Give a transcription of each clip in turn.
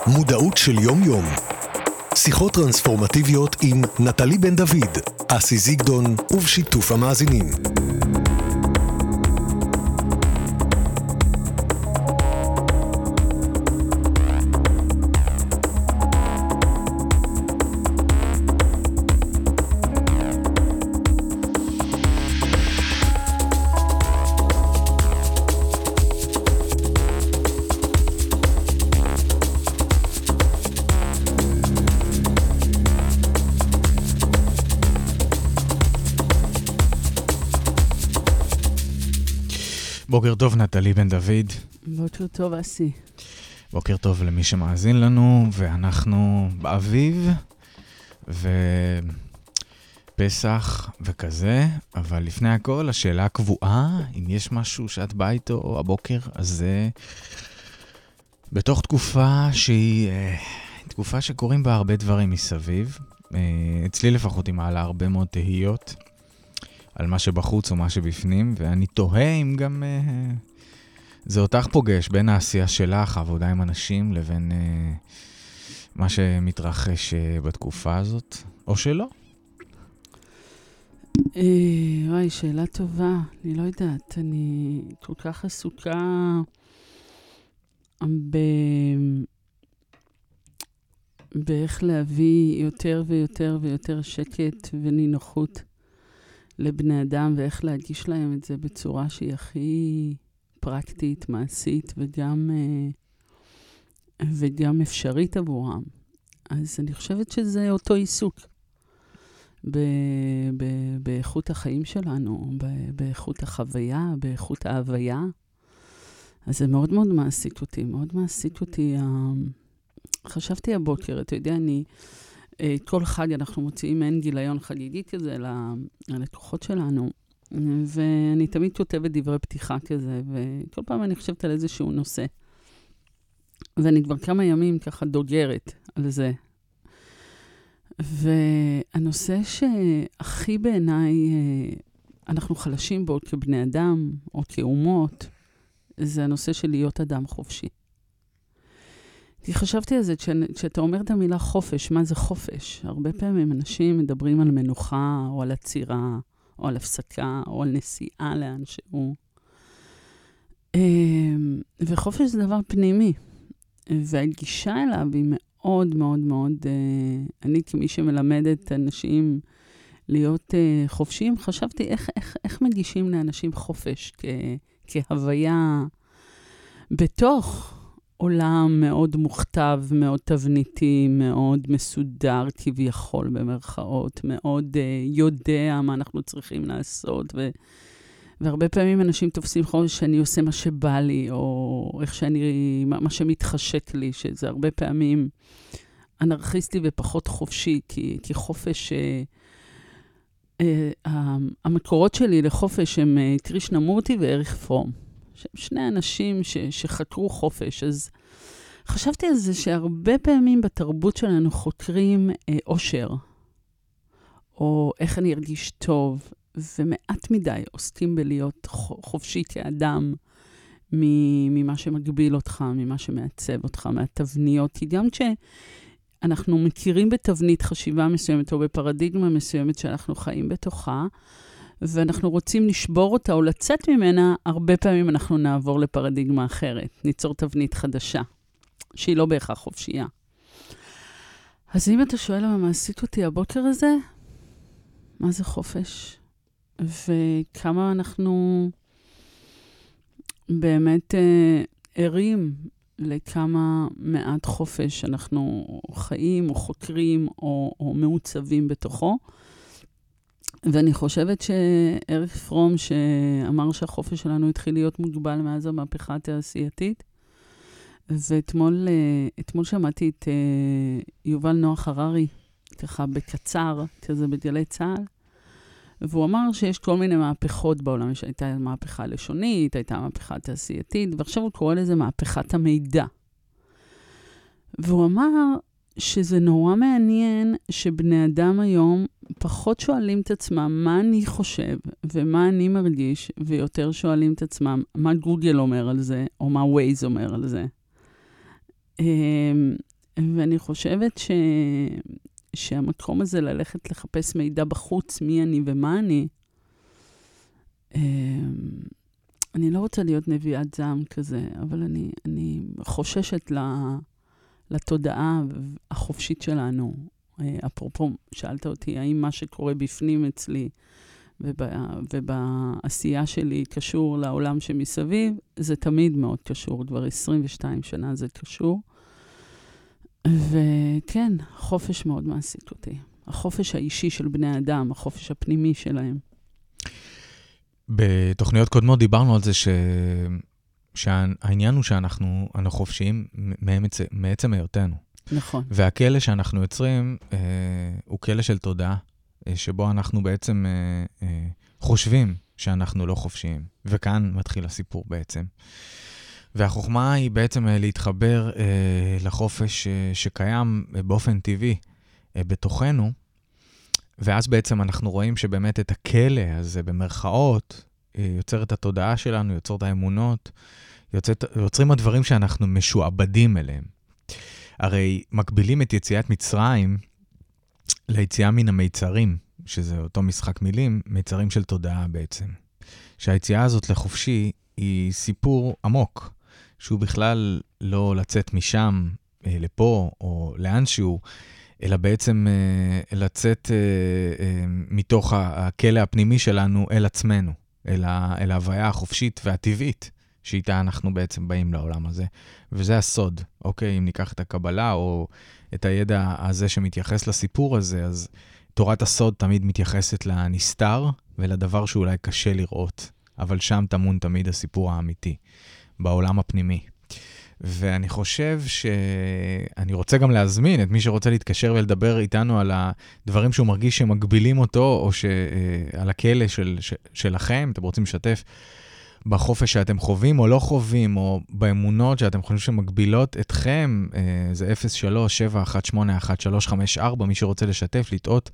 מודעות של יום-יום. שיחות טרנספורמטיביות עם נטלי בן דוד, אסי זיגדון ובשיתוף המאזינים. בוקר טוב נטלי בן דוד. בוקר טוב אסי. בוקר טוב למי שמאזין לנו, ואנחנו באביב ופסח וכזה, אבל לפני הכל השאלה הקבועה, אם יש משהו שאת באה איתו הבוקר, אז זה בתוך תקופה שהיא תקופה שקורים בה הרבה דברים מסביב. אצלי לפחות היא מעלה הרבה מאוד תהיות על מה שבחוץ או מה שבפנים, ואני תוהה אם גם זה אותך פוגש בין העשייה שלך, העבודה עם אנשים, לבין מה שמתרחש בתקופה הזאת, או שלא. וואי, שאלה טובה. אני לא יודעת, אני כל כך עסוקה באיך להביא יותר ויותר ויותר שקט ונינוחות לבני אדם, ואיך להגיש להם את זה בצורה שהיא הכי פרקטית, מעשית, וגם אפשרית עבורם. אז אני חושבת שזה אותו עיסוק באיכות החיים שלנו, באיכות החוויה, באיכות ההוויה. אז זה מאוד מאוד מעסיק אותי, מאוד מעסיק אותי. חשבתי הבוקר, אתה יודע, כל חג אנחנו מוציאים מעין גיליון חגיגי כזה ללקוחות שלנו, ואני תמיד כותבת דברי פתיחה כזה, וכל פעם אני חושבת על איזשהו נושא. ואני כבר כמה ימים ככה דוגרת על זה. והנושא שהכי בעיניי אנחנו חלשים בו כבני אדם או כאומות, זה הנושא של להיות אדם חופשי. כי חשבתי על זה, כשאתה אומר את המילה חופש, מה זה חופש? הרבה פעמים אנשים מדברים על מנוחה, או על עצירה, או על הפסקה, או על נסיעה לאן שהוא. וחופש זה דבר פנימי. והגישה אליו היא מאוד מאוד מאוד, אני כמי שמלמדת אנשים להיות חופשיים, חשבתי איך מגישים לאנשים חופש כהוויה בתוך עולם מאוד מוכתב, מאוד תבניתי, מאוד מסודר כביכול במרכאות, מאוד יודע מה אנחנו צריכים לעשות, והרבה פעמים אנשים תופסים חופש שאני עושה מה שבא לי, או איך מה שמתחשק לי, שזה הרבה פעמים אנרכיסטי ופחות חופשי, כי חופש, המקורות שלי לחופש הם קרישנמורטי וערך פרום. שני אנשים שחקרו חופש, אז חשבתי על זה שהרבה פעמים בתרבות שלנו חוקרים אושר, או איך אני ארגיש טוב, ומעט מדי עוסקים בלהיות חופשי כאדם, ממה שמגביל אותך, ממה שמעצב אותך, מהתבניות, כי גם כשאנחנו מכירים בתבנית חשיבה מסוימת, או בפרדיגמה מסוימת שאנחנו חיים בתוכה, ואנחנו רוצים לשבור אותה או לצאת ממנה, הרבה פעמים אנחנו נעבור לפרדיגמה אחרת, ניצור תבנית חדשה, שהיא לא בהכרח חופשייה. אז אם אתה שואל מה מעסיק אותי הבוקר הזה, מה זה חופש? וכמה אנחנו באמת ערים לכמה מעט חופש אנחנו חיים או חוקרים או מעוצבים בתוכו. ואני חושבת שערך פרום שאמר שהחופש שלנו התחיל להיות מוגבל מאז המהפכה התעשייתית, ואתמול שמעתי את יובל נוח הררי, ככה בקצר, כזה בגלי צהל, והוא אמר שיש כל מיני מהפכות בעולם, שהייתה מהפכה לשונית, הייתה מהפכה תעשייתית, ועכשיו הוא קורא לזה מהפכת המידע. והוא אמר שזה נורא מעניין שבני אדם היום פחות שואלים את עצמם מה אני חושב ומה אני מרגיש, ויותר שואלים את עצמם מה גוגל אומר על זה, או מה ווייז אומר על זה. ואני חושבת שהמקום הזה ללכת לחפש מידע בחוץ, מי אני ומה אני לא רוצה להיות נביאת זעם כזה, אבל אני חוששת לתודעה החופשית שלנו. אפרופו, שאלת אותי, האם מה שקורה בפנים אצלי ובעשייה שלי קשור לעולם שמסביב, זה תמיד מאוד קשור, כבר 22 שנה זה קשור. וכן, חופש מאוד מעסיק אותי. החופש האישי של בני אדם, החופש הפנימי שלהם. בתוכניות קודמות דיברנו על זה שהעניין הוא שאנחנו חופשיים מעצם היותנו. נכון. והכלא שאנחנו יוצרים הוא כלא של תודעה, שבו אנחנו בעצם חושבים שאנחנו לא חופשיים. וכאן מתחיל הסיפור בעצם. והחוכמה היא בעצם להתחבר לחופש שקיים באופן טבעי בתוכנו, ואז בעצם אנחנו רואים שבאמת את הכלא הזה במרכאות יוצר את התודעה שלנו, יוצר את האמונות, יוצרים הדברים שאנחנו משועבדים אליהם. הרי מקבילים את יציאת מצרים ליציאה מן המיצרים, שזה אותו משחק מילים, מיצרים של תודעה בעצם. שהיציאה הזאת לחופשי היא סיפור עמוק, שהוא בכלל לא לצאת משם לפה או לאנשהו, אלא בעצם לצאת מתוך הכלא הפנימי שלנו אל עצמנו, אל ההוויה החופשית והטבעית, שאיתה אנחנו בעצם באים לעולם הזה. וזה הסוד, אוקיי? אם ניקח את הקבלה או את הידע הזה שמתייחס לסיפור הזה, אז תורת הסוד תמיד מתייחסת לנסתר ולדבר שאולי קשה לראות, אבל שם טמון תמיד הסיפור האמיתי, בעולם הפנימי. ואני חושב שאני רוצה גם להזמין את מי שרוצה להתקשר ולדבר איתנו על הדברים שהוא מרגיש שמגבילים אותו, או על הכלא שלכם, אתם רוצים לשתף בחופש שאתם חווים או לא חווים, או באמונות שאתם חושבים שמגבילות אתכם, זה 03-718-1354, מי שרוצה לשתף, לטעות,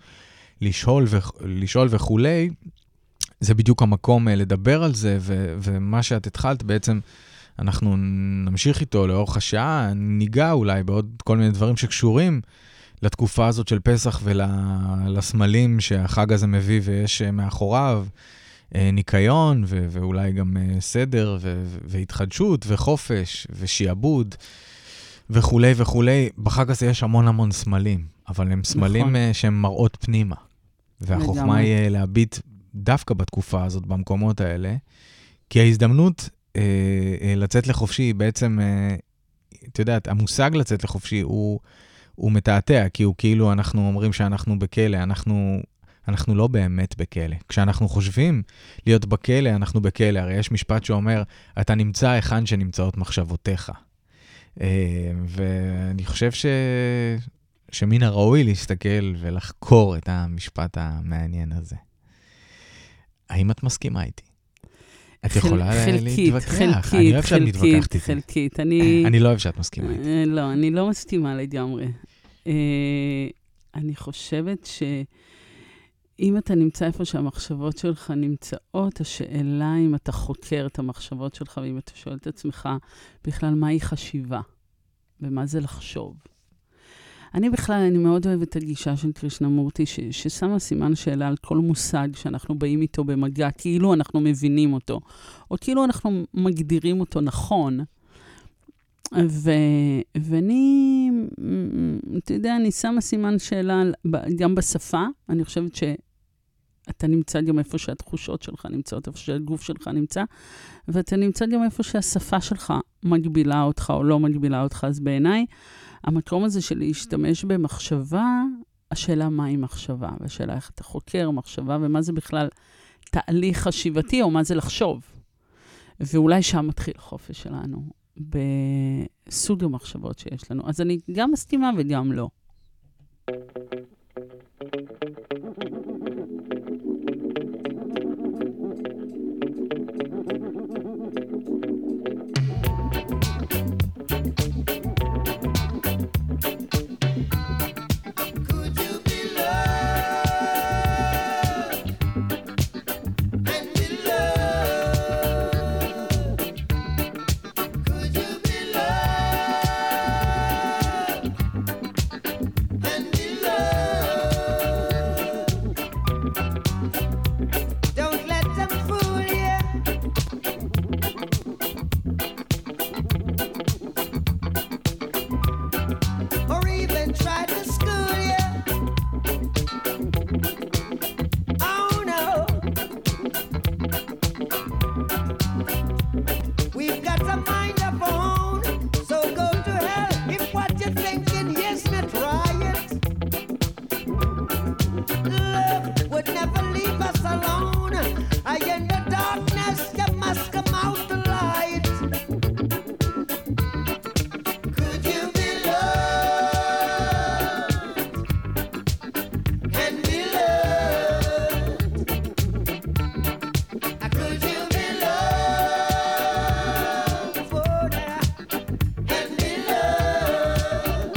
לשאול וכולי, זה בדיוק המקום לדבר על זה, ומה שאת התחלת בעצם, אנחנו נמשיך איתו לאורך השעה, ניגע אולי בעוד כל מיני דברים שקשורים לתקופה הזאת של פסח ולסמלים שהחג הזה מביא ויש מאחוריו, ניקיון ואולי גם סדר והתחדשות וחופש ושיעבוד וכולי וכולי. בחג הזה יש המון סמלים, אבל הם סמלים נכון. שהם מראות פנימה. והחוכמה היא להביט דווקא בתקופה הזאת, במקומות האלה, כי ההזדמנות לצאת לחופשי היא בעצם, אתה יודעת, המושג לצאת לחופשי הוא מתעתע, כי הוא כאילו אנחנו אומרים שאנחנו בכלא, אנחנו לא באמת בכלא. כשאנחנו חושבים להיות בכלא, אנחנו בכלא. הרי יש משפט שאומר, אתה נמצא היכן שנמצאות מחשבותיך. ואני חושב שמן הראוי להסתכל ולחקור את המשפט המעניין הזה. האם את מסכימה איתי? את יכולה להתווכח. אני לא אוהב שאת מתווכחת איתי. חלקית. אני לא אוהב שאת מסכימה איתי. לא, אני לא מסכימה לגמרי. אני חושבת שאם אתה נמצא איפה שהמחשבות שלך נמצאות, השאלה אם אתה חוקר את המחשבות שלך, ואם אתה שואל את עצמך בכלל מהי חשיבה, ומה זה לחשוב. אני מאוד אוהבת את הגישה של קרישנמורטי, ששמה סימן שאלה על כל מושג שאנחנו באים איתו במגע, כאילו אנחנו מבינים אותו, או כאילו אנחנו מגדירים אותו נכון. ואני, אתה יודע, אני שמה סימן שאלה גם בשפה. אני חושבת שאתה נמצא גם איפה שהתחושות שלך נמצאות, איפה שהגוף שלך נמצא, ואתה נמצא גם איפה שהשפה שלך מגבילה אותך או לא מגבילה אותך. אז בעיניי, המקום הזה של להשתמש במחשבה, השאלה מהי מחשבה, והשאלה איך אתה חוקר מחשבה, ומה זה בכלל תהליך חשיבתי, או מה זה לחשוב. ואולי שם מתחיל החופש שלנו, בסוג המחשבות שיש לנו. אז אני גם מסכימה וגם לא. find a phone. So go to hell if what you're thinking is not right. Love would never leave us alone. In the darkness, you must come out to light. Could you be loved and be loved? Could you be loved for that and be loved?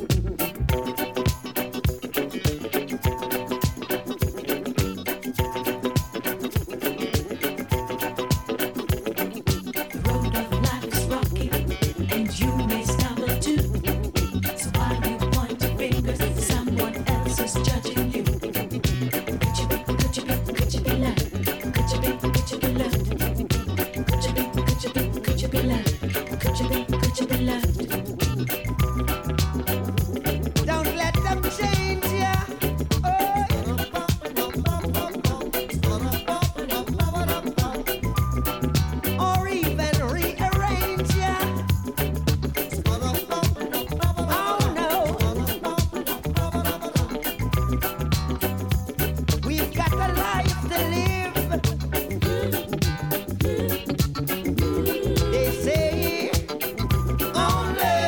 The road of life is rocky, and you may stumble too. So while you point your fingers, someone else is judging you. Could you be loved? Could you be loved? Could you be loved? Could you be loved? Could you be loved? Don't let them change ya. Or even rearrange ya. Oh no. We've got a life to live. They say only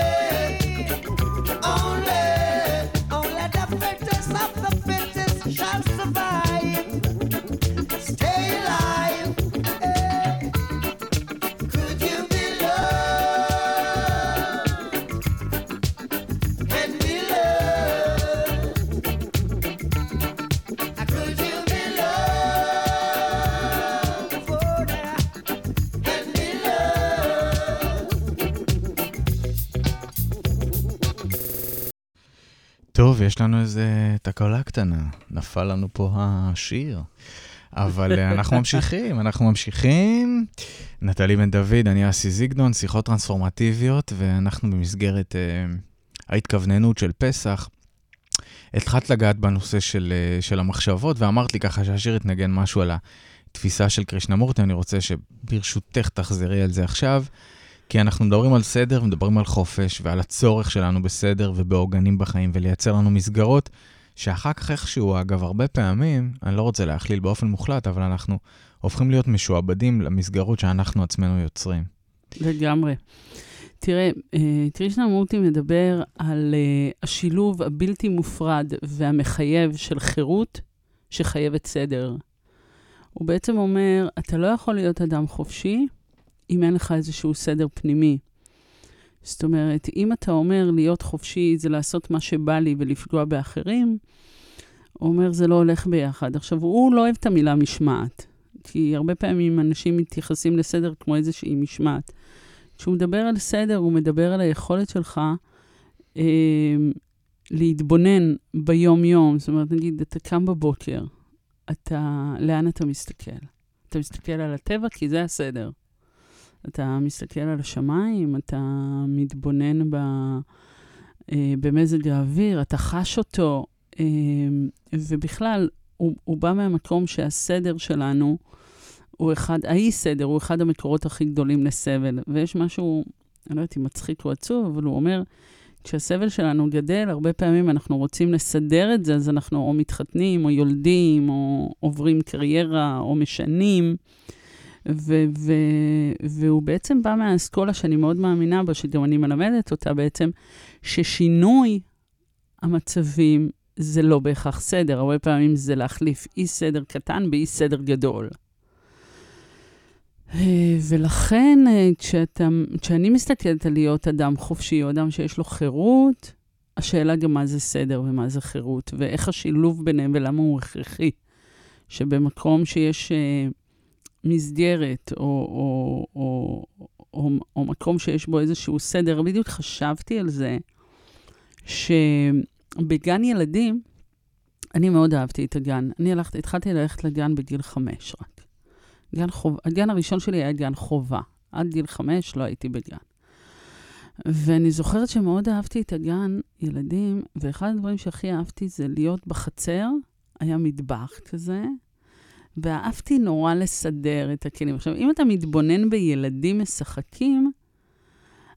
the fittest of the fittest shall survive. Stay alive. Could you be loved and be loved? Could you be loved for that and be loved? טוב, יש לנו איזה תקלה קטנה. נפל לנו פה השיר. אבל אנחנו ממשיכים. נטלי בן דוד, אני אסי זיגדון, שיחות טרנספורמטיביות, ואנחנו במסגרת ההתכווננות של פסח. התחלת לגעת בנושא של המחשבות, ואמרת לי ככה שהשיר יתנגן משהו על התפיסה של קרישנמורטי. אני רוצה שברשותך תחזרי על זה עכשיו, כי אנחנו מדברים על סדר, מדברים על חופש, ועל הצורך שלנו בסדר ובעוגנים בחיים, ולייצר לנו מסגרות, שאחר כך איכשהו, אגב, הרבה פעמים, אני לא רוצה להכליל באופן מוחלט, אבל אנחנו הופכים להיות משועבדים למסגרות שאנחנו עצמנו יוצרים. לגמרי. תראה, קרישנמורטי מדבר על השילוב הבלתי מופרד והמחייב של חירות שחייבת סדר. הוא בעצם אומר, אתה לא יכול להיות אדם חופשי אם אין לך איזשהו סדר פנימי. זאת אומרת, אם אתה אומר להיות חופשי זה לעשות מה שבא לי ולפגוע באחרים, הוא אומר זה לא הולך ביחד. עכשיו, הוא לא אוהב את המילה משמעת, כי הרבה פעמים אנשים מתייחסים לסדר כמו איזושהי משמעת. כשהוא מדבר על סדר, הוא מדבר על היכולת שלך להתבונן ביום-יום. זאת אומרת, נגיד, אתה קם בבוקר, לאן אתה מסתכל? אתה מסתכל על הטבע, כי זה הסדר. אתה מסתכל על השמיים, אתה מתבונן במזג האוויר, אתה חש אותו, ובכלל, הוא בא מהמקום שהסדר שלנו, האי-סדר הוא אחד המקורות הכי גדולים לסבל. ויש משהו, אני לא יודעת אם מצחיק או עצוב, אבל הוא אומר, כשהסבל שלנו גדל, הרבה פעמים אנחנו רוצים לסדר את זה, אז אנחנו או מתחתנים, או יולדים, או עוברים קריירה, או משנים, והוא בעצם בא מהאסכולה שאני מאוד מאמינה בה, שגם אני מלמדת אותה בעצם, ששינוי המצבים זה לא בהכרח סדר. הרבה פעמים זה להחליף אי סדר קטן באי סדר גדול. ולכן כשאני מסתכלת על להיות אדם חופשי או אדם שיש לו חירות, השאלה גם מה זה סדר ומה זה חירות, ואיך השילוב ביניהם ולמה הוא הכרחי. שבמקום שיש מסגרת או מקום שיש בו איזשהו סדר, בדיוק חשבתי על זה, שבגן ילדים, אני מאוד אהבתי את הגן. התחלתי ללכת לגן בגיל 5 רק. הגן הראשון שלי היה גן חובה. עד גיל 5 לא הייתי בגן. ואני זוכרת שמאוד אהבתי את הגן ילדים, ואחד הדברים שהכי אהבתי זה להיות בחצר, היה מטבח כזה, ואהבתי נורא לסדר את הכלים. עכשיו, אם אתה מתבונן בילדים משחקים,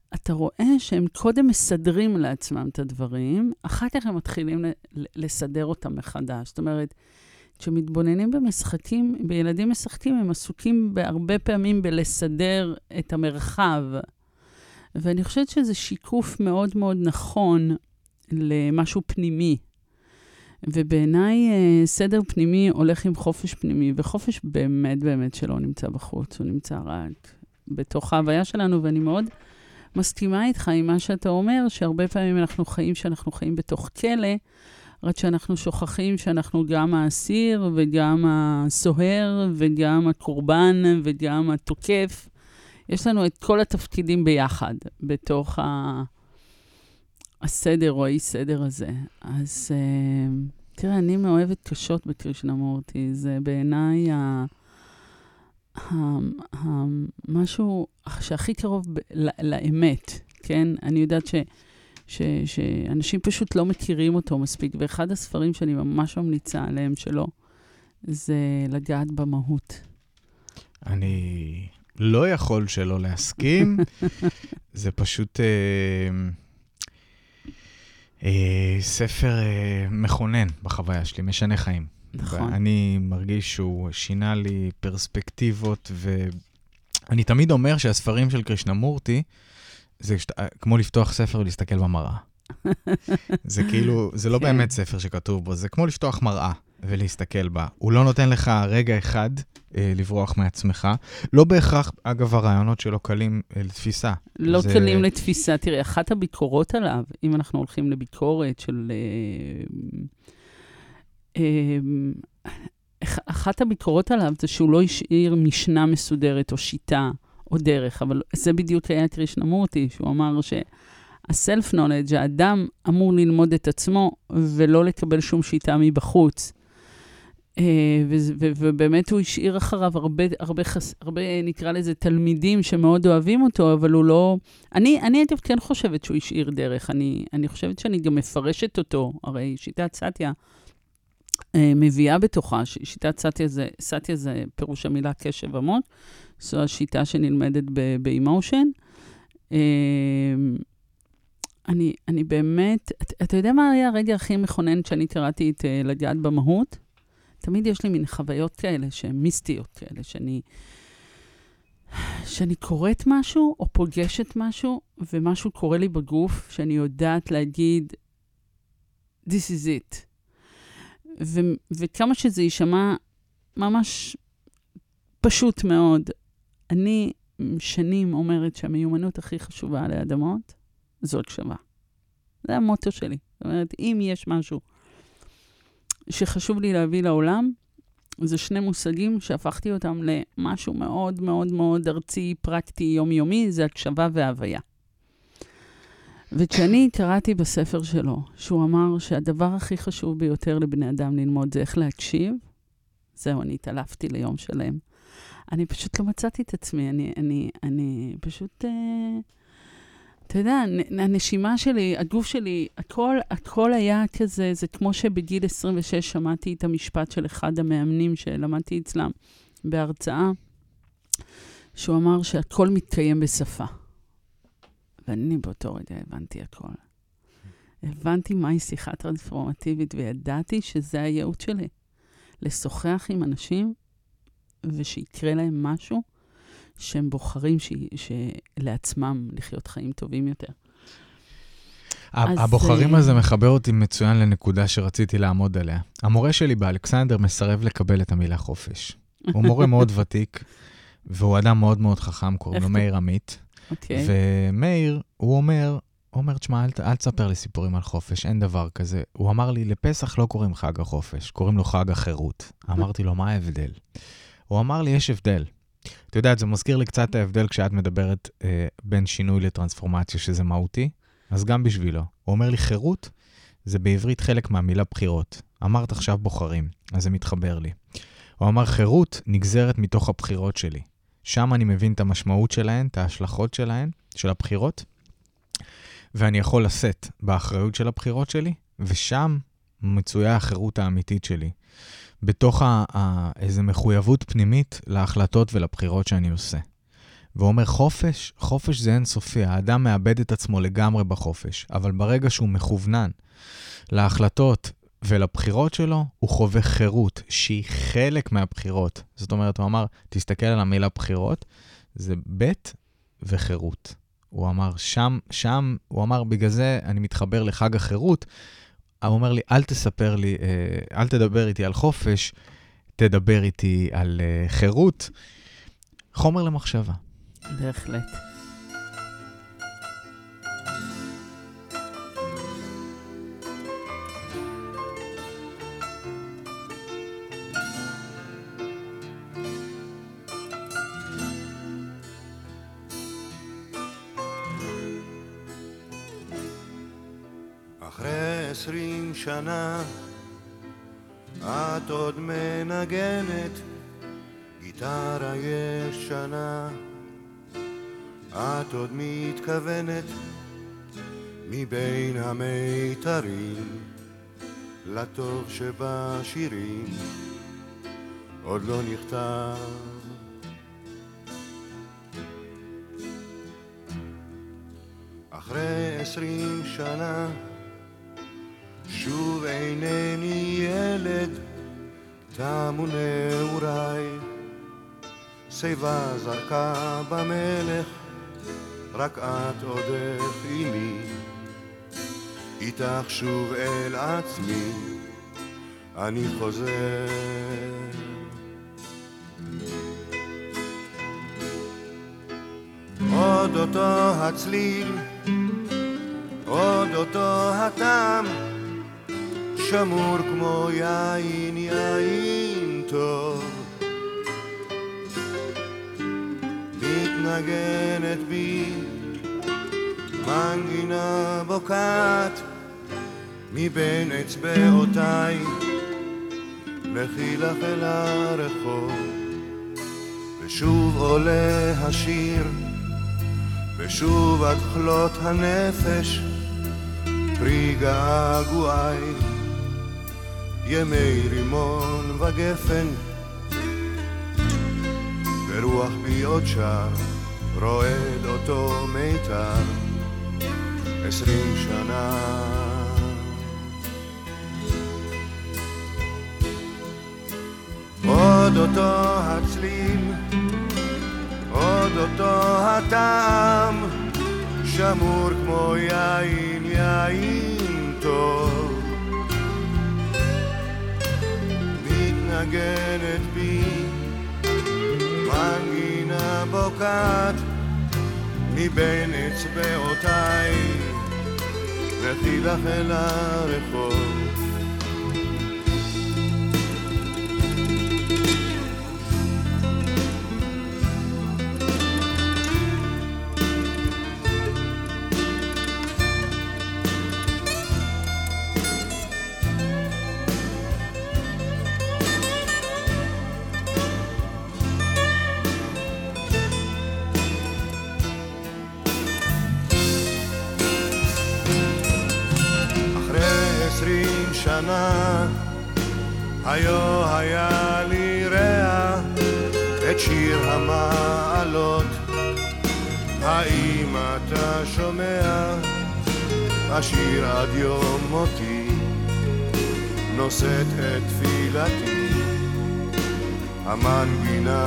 אתה רואה שהם קודם מסדרים לעצמם את הדברים, אחר כך הם מתחילים לסדר אותם מחדש. זאת אומרת, כשמתבוננים במשחקים, בילדים משחקים, הם עסוקים בהרבה פעמים בלסדר את המרחב. ואני חושבת שזה שיקוף מאוד מאוד נכון למשהו פנימי. ובעיניי סדר פנימי הולך עם חופש פנימי, וחופש באמת באמת שלא נמצא בחוץ, הוא נמצא רק בתוך ההוויה שלנו, ואני מאוד מסכימה איתך עם מה שאתה אומר, שהרבה פעמים אנחנו חיים בתוך כלא, רק שאנחנו שוכחים שאנחנו גם האסיר, וגם הסוהר, וגם הקורבן, וגם התוקף. יש לנו את כל התפקידים ביחד, בתוך הסדר או האי-סדר הזה. אז תראה, אני מאוהבת קשות בקרישנמורטי. זה בעיניי משהו שהכי קרוב לאמת, כן? אני יודעת שאנשים פשוט לא מכירים אותו מספיק, ואחד הספרים שאני ממש ממליצה עליהם שלו, זה לגעת במהות. אני לא יכול שלא להסכים. זה פשוט ספר מכונן בחוויה שלי, משנה חיים. נכון. ואני מרגיש שהוא שינה לי פרספקטיבות, ואני תמיד אומר שהספרים של קרישנמורטי, זה כמו לפתוח ספר ולהסתכל במראה. זה כאילו, זה לא באמת ספר שכתוב בו, זה כמו לפתוח מראה ולהסתכל בה. הוא לא נותן לך רגע אחד לברוח מעצמך. לא בהכרח, אגב, הרעיונות שלו קלים לתפיסה. לא קלים לתפיסה. תראה, אחת הביקורות עליו, אם אנחנו הולכים לביקורת של אחת הביקורות עליו זה שהוא לא השאיר משנה מסודרת או שיטה או דרך, אבל זה בדיוק היה קרישנמורטי, שהוא אמר שה-self-knowledge, האדם אמור ללמוד את עצמו ולא לקבל שום שיטה מבחוץ. ובאמת הוא השאיר אחריו הרבה נקרא לזה תלמידים שמאוד אוהבים אותו, אבל הוא לא... אני אגב כן חושבת שהוא השאיר דרך. אני חושבת שאני גם מפרשת אותו. הרי שיטת סאטיה מביאה בתוכה, שיטת סאטיה זה פירוש המילה קשב עמוק, זו השיטה שנלמדת באימושן. אני באמת... אתה יודע מה היה הרגע הכי מכונן שאני קראתי את לגעת במהות? תמיד יש לי מין חוויות כאלה, שהן מיסטיות כאלה, שאני קוראת משהו, או פוגשת משהו, ומשהו קורה לי בגוף, שאני יודעת להגיד, this is it. וכמה שזה יישמע ממש פשוט מאוד, אני שנים אומרת שהמיומנות הכי חשובה עלי אדמות, זו הקשבה. זה המוטו שלי. זאת אומרת, אם יש משהו שחשוב לי להביא לעולם, זה שני מושגים שהפכתי אותם למשהו מאוד מאוד מאוד ארצי, פרקטי, יומיומי, זה הקשבה וההוויה. וכשאני קראתי בספר שלו, שהוא אמר שהדבר הכי חשוב ביותר לבני אדם ללמוד זה איך להקשיב, זהו, אני התעלפתי ליום שלם. אני פשוט לא מצאתי את עצמי, אני פשוט... אתה יודע, הנשימה שלי, הגוף שלי, הכל היה כזה, זה כמו שבגיל 26 שמעתי את המשפט של אחד המאמנים שלמדתי אצלם בהרצאה, שהוא אמר שהכל מתקיים בשפה. ואני באותו רגע הבנתי הכל. הבנתי מהי שיחה טרנספורמטיבית, וידעתי שזה הייעוד שלי. לשוחח עם אנשים, ושיקרה להם משהו, שהם בוחרים לעצמם לחיות חיים טובים יותר. הבוחרים הזה מחבר אותי מצוין לנקודה שרציתי לעמוד עליה. המורה שלי באלכסנדר מסרב לקבל את המילה חופש. הוא מורה מאוד ותיק, והוא אדם מאוד מאוד חכם, קוראים לו מאיר עמית. ומאיר, הוא אומר, תשמע, אל תספר לי סיפורים על חופש, אין דבר כזה. הוא אמר לי, לפסח לא קוראים חג החופש, קוראים לו חג החירות. אמרתי לו, מה ההבדל? הוא אמר לי, יש הבדל. אתה יודע, זה מזכיר לי קצת ההבדל כשאת מדברת בין שינוי לטרנספורמציה, שזה מהותי, אז גם בשבילו. הוא אומר לי, חירות זה בעברית חלק מהמילה בחירות. אמרת עכשיו בוחרים, אז זה מתחבר לי. הוא אמר, חירות נגזרת מתוך הבחירות שלי. שם אני מבין את המשמעות שלהן, את ההשלכות שלהן, של הבחירות, ואני יכול לשאת באחריות של הבחירות שלי, ושם מצויה החירות האמיתית שלי. בתוך איזו מחויבות פנימית להחלטות ולבחירות שאני עושה. ואומר חופש, חופש זה אינסופי, האדם מאבד את עצמו לגמרי בחופש, אבל ברגע שהוא מכוונן להחלטות ולבחירות שלו, הוא חווה חירות, שהיא חלק מהבחירות. זאת אומרת, הוא אמר, תסתכל על המילה בחירות, זה בית וחירות. הוא אמר, שם, הוא אמר, בגלל זה אני מתחבר לחג החירות, הוא אומר לי, אל תדבר איתי על חופש, תדבר איתי על חירות. חומר למחשבה. בהחלט. אחרי 20 שנה את עוד מנגנת גיטרה ישנה, את עוד מתכוונת מבין המיתרים לטוב שבשירים עוד לא נכתב. אחרי 20 שנה שוב אינני ילד, תמו נעוריי, שיבה זרקה במלך, רק את עודך עימי, איתך שוב אל עצמי, אני חוזר. עוד אותו הצליל, עוד אותו הטעם, שמור כמו יין, יין טוב, מתנגנת בי מנגינה בוקעת מבין אצבעותיי, לכי לך אל הרחוב, ושוב עולה השיר, ושוב עד כלות הנפש פרי געגועי, ימי רימון וגפן, ורוח בי עוד שר, רועד אותו מיתר, 20 שנה. עוד אותו הצליל, עוד אותו הטעם, שמור כמו יין, יין טוב, מתנגנת בי מנגינה בוקעת מבין אצבעותיי, לכי לך אל הרחוב. שנה היו היה לי רע את שיר המעלות, האם אתה שומע? השיר עד יום מותי נושאת את תפילתי, המנגינה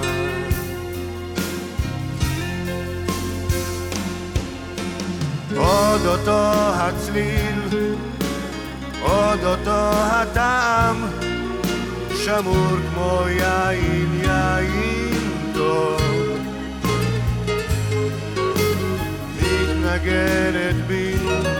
עוד אותו הצליל, עוד אותו הטעם, שמור כמו יין, יין טוב, מתנגנת בי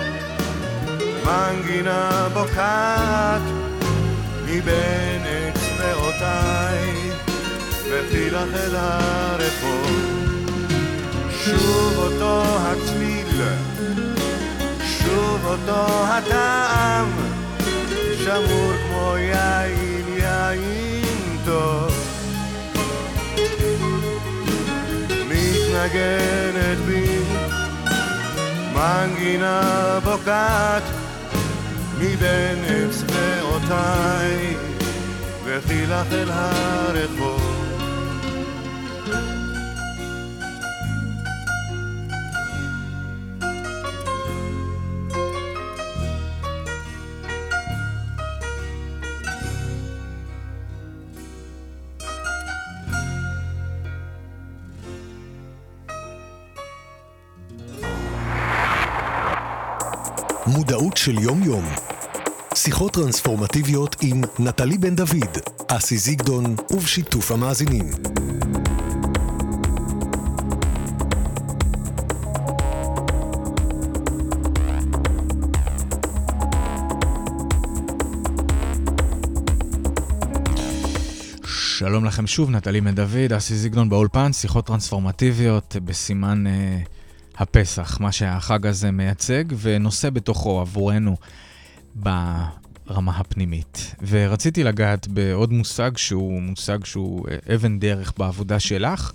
מנגינה בוקעת מבין אצבעותיי, לכי לך אל הרחוב, שוב אותו הצליל, שוב אותו הטעם, שמור כמו יין, יין טוב, מתנגנת בי מנגינה בוקעת מבין אצבעותיי, לכי לך אל הרחוב. מודעות של יום-יום. שיחות טרנספורמטיביות עם נטלי בן דוד, אסי זיגדון ובשיתוף המאזינים. שלום לכם שוב, נטלי בן דוד, אסי זיגדון באולפן, שיחות טרנספורמטיביות בסימן הפסח, מה שהחג הזה מייצג ונושא בתוכו עבורנו ברמה הפנימית. ורציתי לגעת בעוד מושג שהוא אבן דרך בעבודה שלך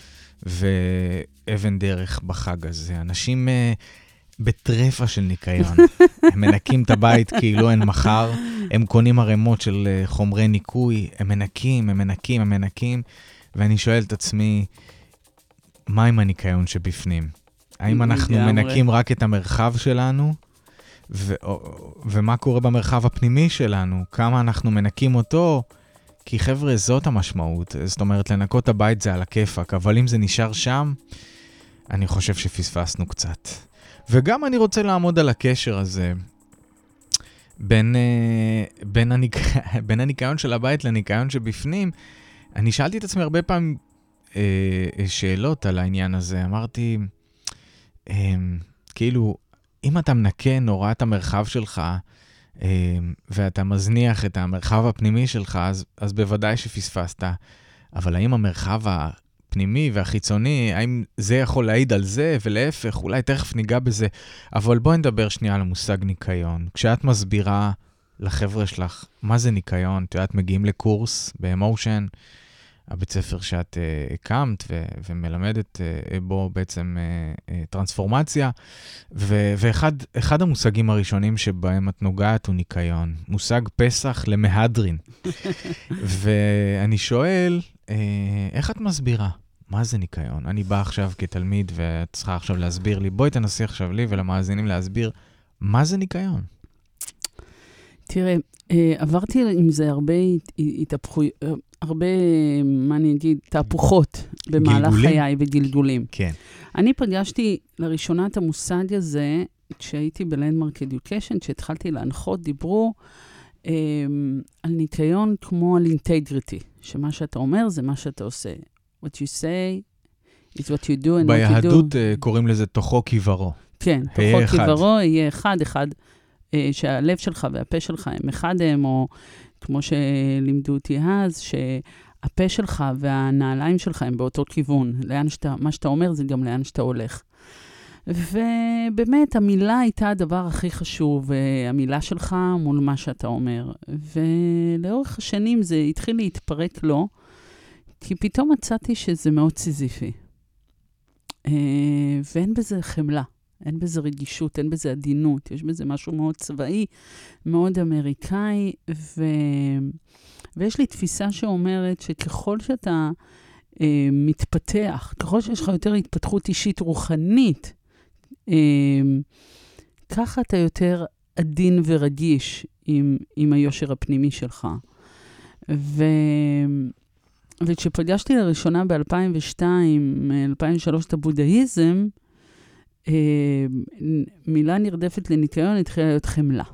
ואבן דרך בחג הזה. אנשים בטרפה של ניקיון, הם מנקים את הבית כאילו אין מחר, הם קונים ערימות של חומרי ניקוי, הם מנקים, ואני שואל את עצמי, מה עם הניקיון שבפנים? האם אנחנו מנקים רק את המרחב שלנו, ומה קורה במרחב הפנימי שלנו? כמה אנחנו מנקים אותו? כי חבר'ה, זאת המשמעות. זאת אומרת, לנקות הבית זה על הכיפק, אבל אם זה נשאר שם, אני חושב שפספסנו קצת. וגם אני רוצה לעמוד על הקשר הזה, בין הניקיון של הבית לניקיון שבפנים. אני שאלתי את עצמי הרבה פעמים שאלות על העניין הזה. אמרתי, כאילו, אם אתה מנקה נורא את המרחב שלך, ואתה מזניח את המרחב הפנימי שלך, אז בוודאי שפספסת. אבל האם המרחב הפנימי והחיצוני, האם זה יכול להעיד על זה, ולהפך, אולי תכף ניגע בזה. אבל בואי נדבר שנייה על המושג ניקיון. כשאת מסבירה לחבר'ה שלך, מה זה ניקיון? את מגיעים לקורס באמושן, הבית ספר שאת הקמת ומלמדת בו בעצם טרנספורמציה, ואחד המושגים הראשונים שבהם את נוגעת הוא ניקיון. מושג פסח למהדרין. ואני שואל, איך את מסבירה? מה זה ניקיון? אני בא עכשיו כתלמיד ואת צריכה עכשיו להסביר לי, בואי תנסי עכשיו לי ולמאזינים להסביר, מה זה ניקיון? תראה, עברתי עם זה הרבה, מה אני אגיד, תהפוכות במהלך חיי וגלגולים. כן. אני פגשתי לראשונה את המושג הזה, כשהייתי בלנדמרק אדיוקיישן, כשהתחלתי להנחות, דיברו על ניקיון כמו על אינטגריטי, שמה שאתה אומר זה מה שאתה עושה. What you say is what you do and what you do. ביהדות קוראים לזה תוכו כיוורו. כן, תוכו כיוורו יהיה אחד, שהלב שלך והפה שלך הם אחד הם, או כמו שלימדו אותי אז, שהפה שלך והנעליים שלך הם באותו כיוון. מה שאתה אומר זה גם לאן שאתה הולך. ובאמת, המילה הייתה הדבר הכי חשוב, המילה שלך מול מה שאתה אומר. ולאורך השנים זה התחיל להתפרק לו, כי פתאום מצאתי שזה מאוד סיזיפי. ואין בזה חמלה. אין בזה רגישות, אין בזה עדינות, יש בזה משהו מאוד צבאי, מאוד אמריקאי, ויש לי תפיסה שאומרת שככל שאתה מתפתח, ככל שיש לך יותר התפתחות אישית רוחנית, ככה אתה יותר עדין ורגיש עם היושר הפנימי שלך. וכשפגשתי לראשונה ב-2002, 2003 את הבודהיזם, מילה נרדפת לניקיון התחילה להיות חמלה.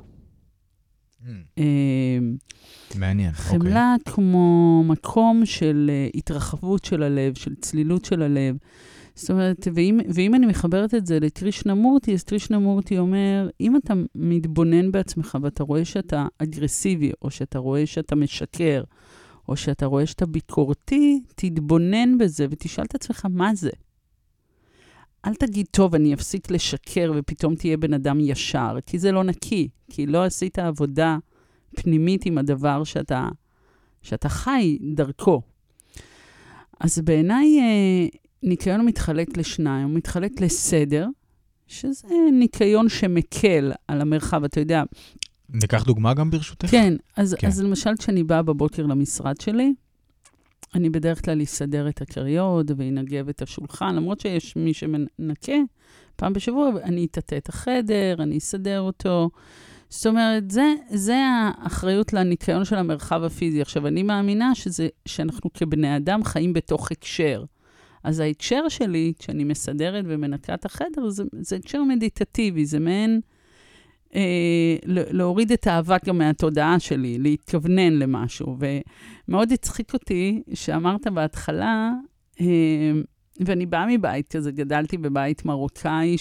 מעניין. חמלה כמו מקום של התרחבות של הלב, של צלילות של הלב. זאת אומרת, ואם אני מחברת את זה לקרישנמורטי, אז קרישנמורטי אומר, אם אתה מתבונן בעצמך ואתה רואה שאתה אגרסיבי, או שאתה רואה שאתה משקר, או שאתה רואה שאתה ביקורתי, תתבונן בזה ותשאל את עצמך מה זה. אל תגיד, טוב, אני אפסיק לשקר ופתאום תהיה בן אדם ישר, כי זה לא נקי, כי לא עשית עבודה פנימית עם הדבר שאתה חי דרכו. אז בעיניי ניקיון מתחלק לשניים, הוא מתחלק לסדר, שזה ניקיון שמקל על המרחב, אתה יודע. ניקח דוגמה גם ברשותך? כן, אז למשל כשאני באה בבוקר למשרד שלי, אני בדרך כלל אסדר את הקריות וינגב את השולחן, למרות שיש מי שמנקה פעם בשבוע, אני אטאטא את החדר, אני אסדר אותו. זאת אומרת, זה האחריות לניקיון של המרחב הפיזי. עכשיו, אני מאמינה שאנחנו כבני אדם חיים בתוך הקשר. אז ההקשר שלי, כשאני מסדרת ומנקה את החדר, זה הקשר מדיטטיבי, זה מעין להוריד את האבק גם מהתודעה שלי, להתכוונן למשהו. ומאוד הצחיק אותי שאמרת בהתחלה, ואני באה מבית כזה, גדלתי בבית מרוקאי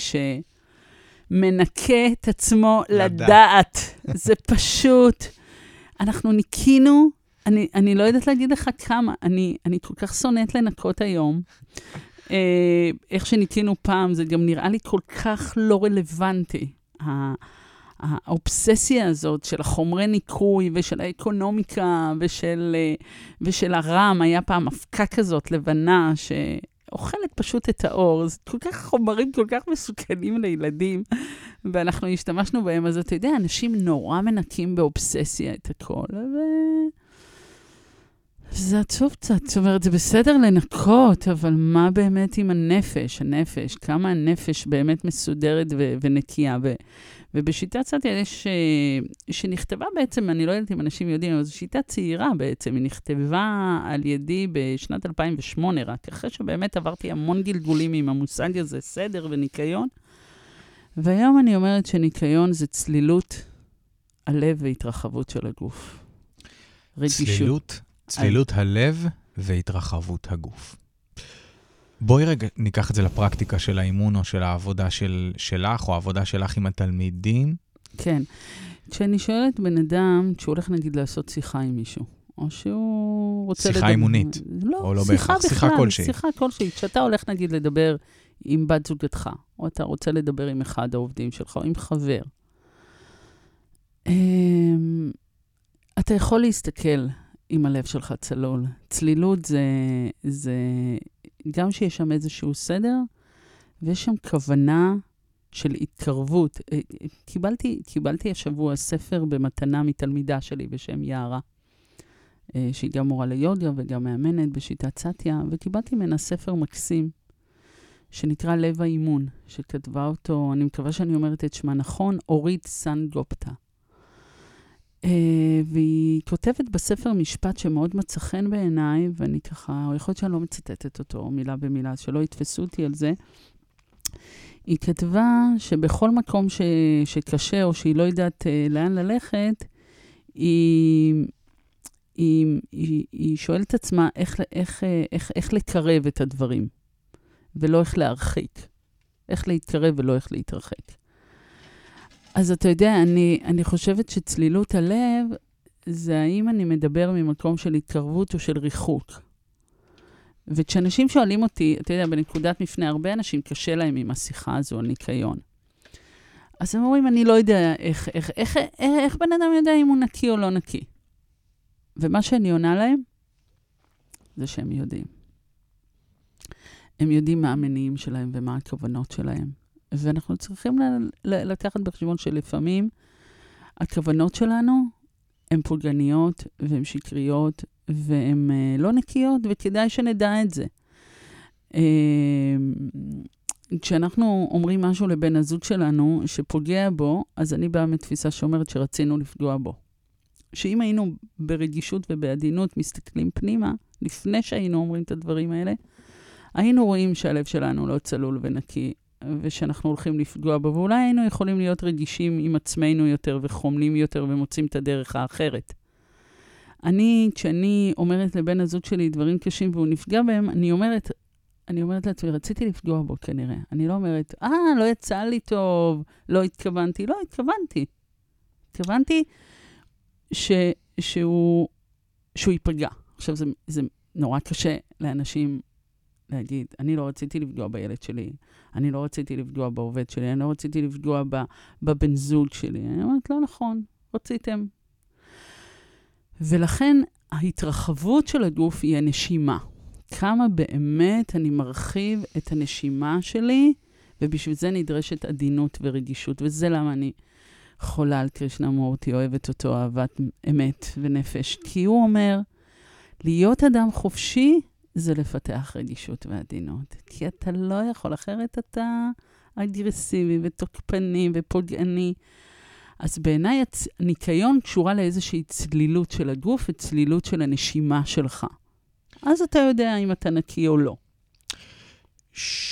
שמנקה את עצמו לדעת. זה פשוט, אנחנו ניקינו, אני לא יודעת להגיד לך כמה, אני כל כך שונאת לנקות היום. איך שניקינו פעם, זה גם נראה לי כל כך לא רלוונטי. האובססיה הזאת של החומרי ניקוי ושל האקונומיקה ושל הרם, היה פעם הפקה כזאת לבנה שאוכלת פשוט את האור. זה כל כך חומרים כל כך מסוכנים לילדים, ואנחנו השתמשנו בהם. אז אתה יודע, אנשים נורא מנקים באובססיה את הכל, זה עצוב קצת, זאת אומרת, זה בסדר לנקות, אבל מה באמת עם הנפש? הנפש, כמה הנפש באמת מסודרת ונקייה. ובשיטת סאטיה יש, שנכתבה בעצם, אני לא יודעת אם אנשים יודעים, אבל זו שיטה צעירה בעצם, היא נכתבה על ידי בשנת 2008, רק אחרי שבאמת עברתי המון גלגולים עם המושג הזה, סדר וניקיון. והיום אני אומרת שניקיון זה צלילות הלב והתרחבות של הגוף. רגישות. צלילות הלב והתרחבות הגוף. בואי רגע ניקח את זה לפרקטיקה של האימון או של העבודה שלך, או העבודה שלך עם התלמידים. כן. כשאני שואלת בן אדם, כשהוא הולך נגיד לעשות שיחה עם מישהו, או שהוא רוצה לדבר... שיחה אימונית. לא, או לא שיחה בהכרח, שיחה בכלל, כלשהי. שיחה כלשהי. כשאתה הולך נגיד לדבר עם בת זוגתך, או אתה רוצה לדבר עם אחד העובדים שלך, או עם חבר, אתה יכול להסתכל אם הלב שלך צלול. צלילות זה גם שיש שם איזשהו סדר, ויש שם כוונה של התקרבות. קיבלתי השבוע ספר במתנה מתלמידה שלי בשם יערה, שהיא גם מורה ליוגה וגם מאמנת בשיטת סאטיה, וקיבלתי ממנה ספר מקסים, שנקרא לב האימון, שכתבה אותו, אני מקווה שאני אומרת את שמה נכון, אורית סנגופטה. והיא כותבת בספר משפט שמאוד מצא חן בעיניי, ואני ככה, או יכול להיות שאני לא מצטטת אותו מילה במילה, שלא יתפסו אותי על זה. היא כתבה שבכל מקום שקשה או שהיא לא יודעת לאן ללכת, היא שואלת עצמה איך לקרב את הדברים, ולא איך להרחיק. איך להתקרב ולא איך להתרחק. אז אתה יודע, אני חושבת שצלילות הלב, זה האם אני מדבר ממקום של התקרבות או של ריחוק. וכשאנשים שואלים אותי, אתה יודע, בנקודת מפנה, הרבה אנשים קשה להם עם השיחה הזו על ניקיון. אז הם אומרים, אני לא יודע איך בן אדם יודע אם הוא נקי או לא נקי. ומה שאני עונה להם, זה שהם יודעים. הם יודעים מה המניעים שלהם ומה הכוונות שלהם. ואנחנו צריכים לקחת בחשבון שלפעמים הכוונות שלנו הן פולגניות והן שקריות והן לא נקיות, וכדאי שנדע את זה. כשאנחנו אומרים משהו לבן הזוג שלנו שפוגע בו, אז אני באה מתפיסה שאומרת שרצינו לפגוע בו. שאם היינו ברגישות ובעדינות מסתכלים פנימה, לפני שהיינו אומרים את הדברים האלה, היינו רואים שהלב שלנו לא צלול ונקי, ושאנחנו הולכים לפגוע בו, ואולי היינו יכולים להיות רגישים עם עצמנו יותר וחומלים יותר ומוצאים את הדרך האחרת. כשאני אומרת לבן הזוג שלי דברים קשים והוא נפגע בהם, אני אומרת לעצמי, רציתי לפגוע בו כנראה. אני לא אומרת, לא יצא לי טוב, לא התכוונתי. לא, התכוונתי. התכוונתי שהוא ייפגע. עכשיו, זה נורא קשה לאנשים להגיד, אני לא רציתי לפגוע בילד שלי, אני לא רציתי לפגוע בעובד שלי, אני לא רציתי לפגוע בבן זוג שלי. אני אומרת, לא נכון, רציתם. ולכן ההתרחבות של הגוף היא הנשימה. כמה באמת אני מרחיב את הנשימה שלי, ובשביל זה נדרשת עדינות ורגישות, וזה למה אני חולה על קרישנמורטי, אוהבת אותו אהבת אמת ונפש. כי הוא אומר, להיות אדם חופשי זה לפתח רגישות ועדינות. כי אתה לא יכול, אחרת אתה אגרסיבי ותוקפני ופוגעני. אז בעיניי הניקיון קשורה לאיזושהי צלילות של הגוף וצלילות של הנשימה שלך. אז אתה יודע אם אתה נקי או לא.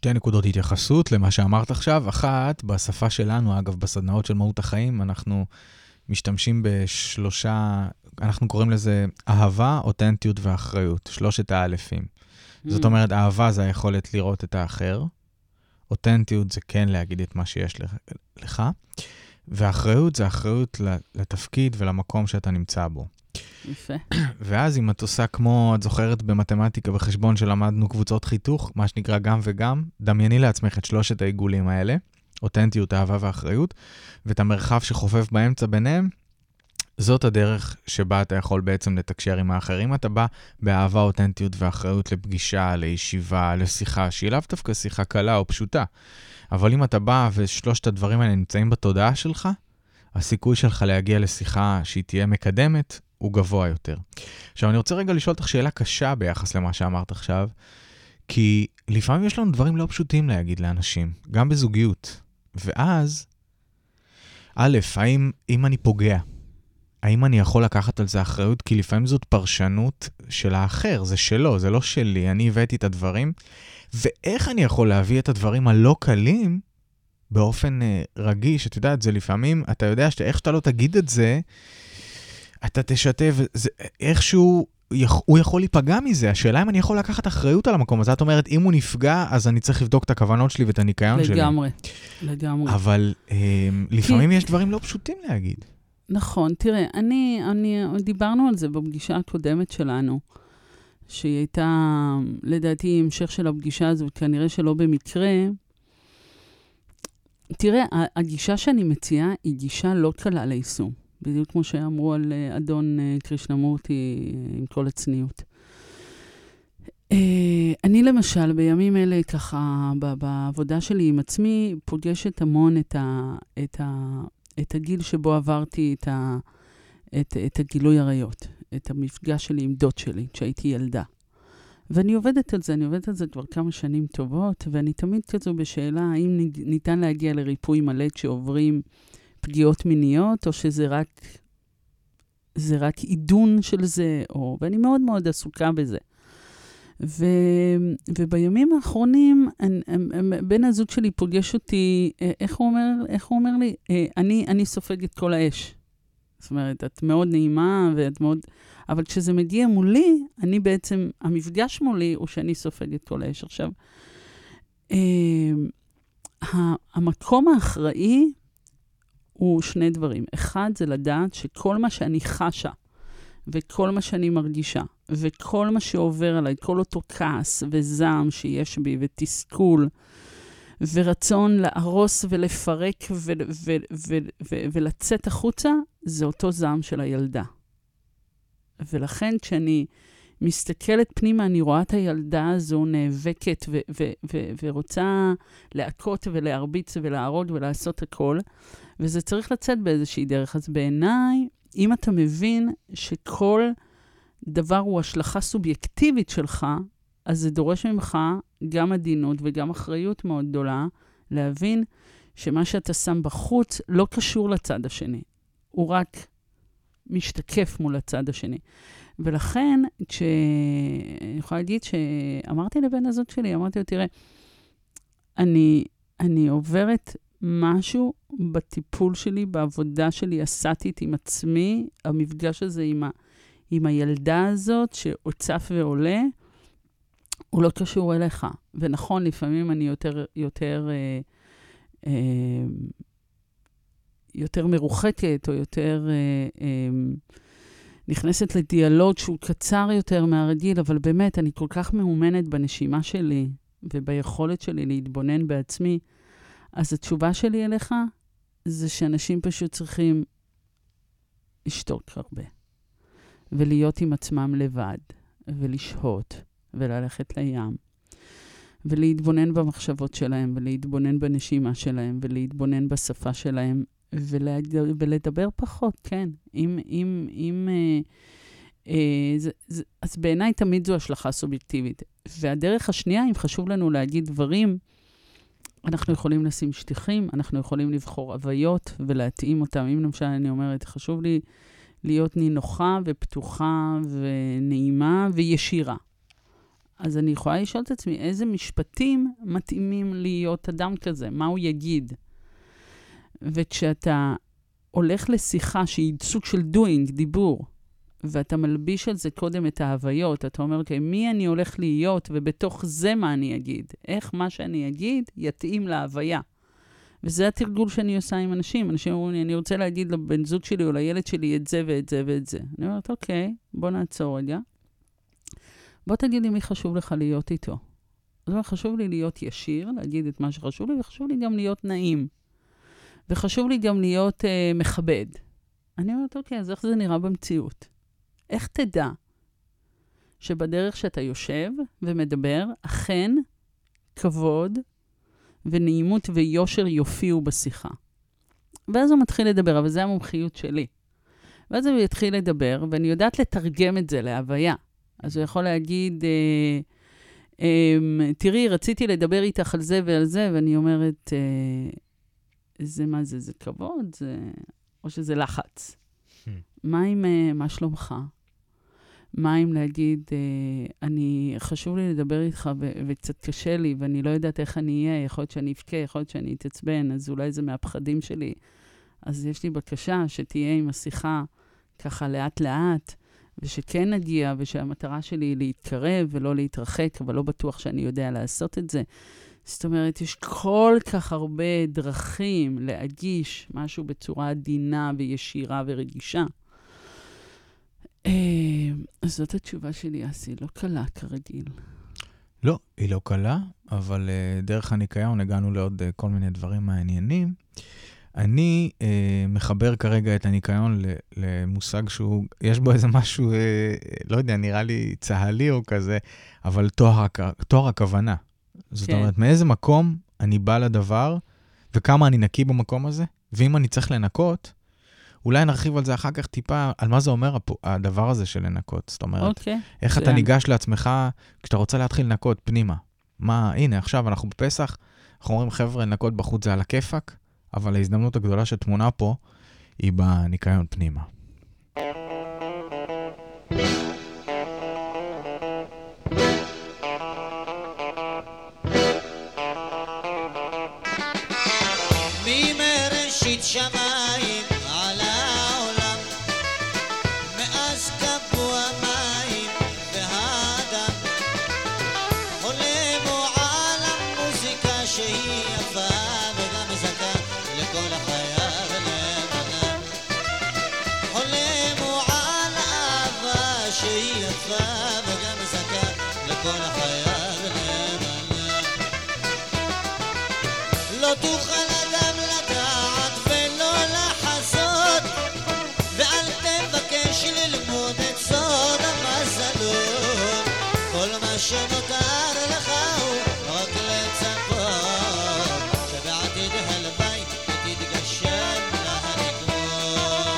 שתי נקודות התייחסות למה שאמרת עכשיו. אחת, בשפה שלנו, אגב, בסדנאות של מהות החיים, אנחנו משתמשים בשלושה, אנחנו קוראים לזה אהבה, אותנטיות ואחריות, 3 האלפים. זאת אומרת, אהבה זה היכולת לראות את האחר, אותנטיות זה כן להגיד את מה שיש לך, ואחריות זה אחריות לתפקיד ולמקום שאתה נמצא בו. יפה. ואז אם את עושה כמו, את זוכרת במתמטיקה בחשבון שלמדנו קבוצות חיתוך, מה שנקרא גם וגם, דמייני לעצמך את 3 העיגולים האלה, אותנטיות, אהבה ואחריות, ואת המרחב שחופף באמצע ביניהם, זאת הדרך שבה אתה יכול בעצם לתקשר עם האחרים. אתה בא באהבה, אותנטיות ואחריות לפגישה, לישיבה, לשיחה, שהיא לאו דווקא שיחה קלה או פשוטה. אבל אם אתה בא ושלושת הדברים האלה נמצאים בתודעה שלך, הסיכוי שלך להגיע לשיחה שהיא תהיה מקדמת, הוא גבוה יותר. עכשיו, אני רוצה רגע לשאול אותך שאלה קשה ביחס למה שאמרת עכשיו, כי לפעמים יש לנו דברים לא פשוטים להגיד לאנשים, גם בזוגיות. ואז, א', אם אני פוגע, האם אני יכול לקחת על זה אחריות? כי לפעמים זאת פרשנות של האחר, זה שלו, זה לא שלי, אני הבאתי את הדברים, ואיך אני יכול להביא את הדברים הלא קלים באופן רגיש? את יודעת, זה לפעמים, אתה יודע שאיך שאתה לא תגיד את זה, אתה תשתף, איכשהו, הוא יכול להיפגע מזה. השאלה אם אני יכול לקחת אחריות על המקום הזה. את אומרת, אם הוא נפגע, אז אני צריך לבדוק את הכוונות שלי ואת הניקיון שלי. לגמרי. אבל לפעמים יש דברים לא פשוטים להגיד. נכון, תראה, דיברנו על זה בפגישה הקודמת שלנו, שהיא הייתה, לדעתי, המשך של הפגישה הזו, כנראה שלא במקרה. תראה, הגישה שאני מציעה היא גישה לא קלה ליישום. בדיוק כמו שאמרו על אדון קרישנמורטי עם כל הצניעות. אני למשל, בימים אלה, ככה, בעבודה שלי עם עצמי, פוגשת המון את הגיל שבו עברתי את הגילוי עריות, את המפגש שלי עם דוד שלי, כשהייתי ילדה. ואני עובדת על זה כבר כמה שנים טובות, ואני תמיד כזו בשאלה, האם ניתן להגיע לריפוי מלא כשעוברים פגיעות מיניות, או שזה רק עידון של זה, ואני מאוד מאוד עסוקה בזה. ובימים האחרונים, בן הזוג שלי פוגש אותי, איך הוא אומר לי? אני סופג את כל האש. זאת אומרת, את מאוד נעימה, אבל כשזה מגיע מולי, אני בעצם, המפגש מולי הוא שאני סופג את כל האש. עכשיו, המקום האחראי הוא 2 דברים. אחד, זה לדעת שכל מה שאני חשה, וכל מה שאני מרגישה, וכל מה שעובר עליי, כל אותו כעס וזעם שיש בי, ותסכול, ורצון להרוס ולפרק ולצאת החוצה, זה אותו זעם של הילדה. ולכן כשאני מסתכלת פנימה, אני רואה את הילדה הזו נאבקת ורוצה להכות ולהרביץ ולהרוג ולעשות הכל, וזה צריך לצאת באיזושהי דרך. אז בעיניי, אם אתה מבין שכל דבר הוא השלכה סובייקטיבית שלך, אז זה דורש ממך גם עדינות וגם אחריות מאוד גדולה, להבין שמה שאתה שם בחוץ לא קשור לצד השני. הוא רק משתקף מול הצד השני. ולכן, אני יכולה להגיד שאמרתי לבן הזוג שלי, אמרתי לו, תראה, אני עוברת משהו בטיפול שלי, בעבודה שלי, עשיתי עם עצמי, המפגש הזה עם הילדה הזאת שעוצף ועולה, הוא לא קשור אליך. ונכון, לפעמים אני יותר מרוחקת, או יותר נכנסת לדיאלוג שהוא קצר יותר מהרגיל, אבל באמת, אני כל כך מאומנת בנשימה שלי, וביכולת שלי להתבונן בעצמי. אז התשובה שלי אליך, זה שאנשים פשוט צריכים לשתוק הרבה, ולהיות עם עצמם לבד, ולשהות, וללכת לים, ולהתבונן במחשבות שלהם, ולהתבונן בנשימה שלהם, ולהתבונן בשפה שלהם, ולדבר פחות, כן. אז בעיניי תמיד זו השלכה סובייקטיבית. והדרך השנייה, אם חשוב לנו להגיד דברים, אנחנו יכולים לשים שטיחים, אנחנו יכולים לבחור הוויות ולהתאים אותם. אם למשל אני אומרת, חשוב לי להיות נינוחה ופתוחה ונעימה וישירה. אז אני יכולה לשאול את עצמי איזה משפטים מתאימים להיות אדם כזה, מה הוא יגיד. וכשאתה הולך לשיחה שהיא סוג של doing, דיבור, ואתה מלביש על זה קודם את ההוויות, אתה אומר, אוקיי, מי אני הולך להיות, ובתוך זה מה אני אגיד? איך מה שאני אגיד יתאים להוויה. וזה התרגול שאני עושה עם אנשים. אנשים אומרים לי, אני רוצה להגיד לבן זוג שלי או לילד שלי את זה ואת זה ואת זה. אני אומרת, אוקיי, בוא נעצור רגע. בוא תגיד לי מי חשוב לך להיות איתו. זאת אומרת, חשוב לי להיות ישיר, להגיד את מה שחשוב לי, וחשוב לי גם להיות נעים. וחשוב לי גם להיות מכבד. אני אומרת, אוקיי, אז איך זה נראה במציאות? איך תדע שבדרך שאתה יושב ומדבר, אכן כבוד ונעימות ויושר יופיעו בשיחה? ואז הוא מתחיל לדבר, אבל זה המומחיות שלי. ואז הוא יתחיל לדבר, ואני יודעת לתרגם את זה להוויה. אז הוא יכול להגיד, תראי, רציתי לדבר איתך על זה ועל זה, ואני אומרת, זה מה זה? זה כבוד? או שזה לחץ? מה שלומך? מה אם להגיד, חשוב לי לדבר איתך וקצת קשה לי, ואני לא יודעת איך אני אהיה, יכול להיות שאני אבכה, יכול להיות שאני אתעצבן, אז אולי זה מהפחדים שלי. אז יש לי בקשה שתהיה עם השיחה ככה לאט לאט, ושכן נגיע, ושהמטרה שלי היא להתקרב ולא להתרחק, אבל לא בטוח שאני יודע לעשות את זה. זאת אומרת, יש כל כך הרבה דרכים להגיש משהו בצורה עדינה וישירה ורגישה. אז זאת התשובה שלי, אסי, לא קלה כרגיל. לא, היא לא קלה, אבל דרך הניקיון הגענו לעוד כל מיני דברים מעניינים. אני מחבר כרגע את הניקיון למושג שהוא, יש בו איזה משהו, לא יודע, נראה לי צהלי או כזה, אבל תואר הכוונה. זאת אומרת, מאיזה מקום אני בא לדבר, וכמה אני נקי במקום הזה, ואם אני צריך לנקות, אולי נרחיב על זה אחר כך טיפה, על מה זה אומר הדבר הזה של לנקות. זאת אומרת, איך אתה ניגש לעצמך כשאתה רוצה להתחיל לנקות פנימה. הנה, עכשיו אנחנו בפסח, אנחנו אומרים, חבר'ה, לנקות בחוץ זה על הכיפק, אבל ההזדמנות הגדולה שתמונה פה, היא בניקיון פנימה. ממראשית שמיים על העולם, מאז קבעו המים והאדם, עולמו על המוזיקה שהיא יפה וגם מזכה לכל החיה ולמנה. עולמו על האהבה שהיא יפה וגם מזכה לכל החיה ולמנה. לא תוכל אדם לדעת ולא לחזות, ואל תבקש ללמוד את סוד המזלות. כל מה שנותר לך הוא רק לצפות, שבעתיד הלוואי ותתגשם להנקות.